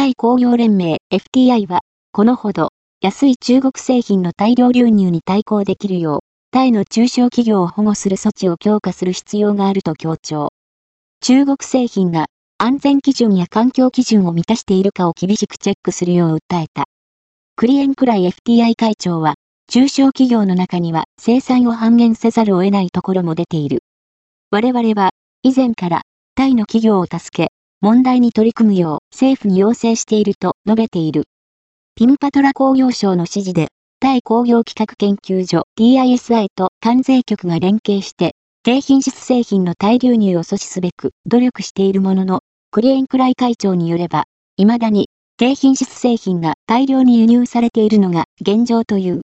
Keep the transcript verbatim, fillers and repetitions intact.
タイ工業連盟 エフティーアイ は、このほど、安い中国製品の大量流入に対抗できるよう、タイの中小企業を保護する措置を強化する必要があると強調。中国製品が安全基準や環境基準を満たしているかを厳しくチェックするよう訴えた。クリエンクライ エフティーアイ 会長は、中小企業の中には生産を半減せざるを得ないところも出ている。我々は、以前から、タイの企業を助け、問題に取り組むよう政府に要請していると述べている。ピムパトラ工業省の指示で、タイ工業企画研究所 ティーアイエスアイ と関税局が連携して、低品質製品の大流入を阻止すべく努力しているものの、クリエンクライ会長によれば、未だに低品質製品が大量に輸入されているのが現状という。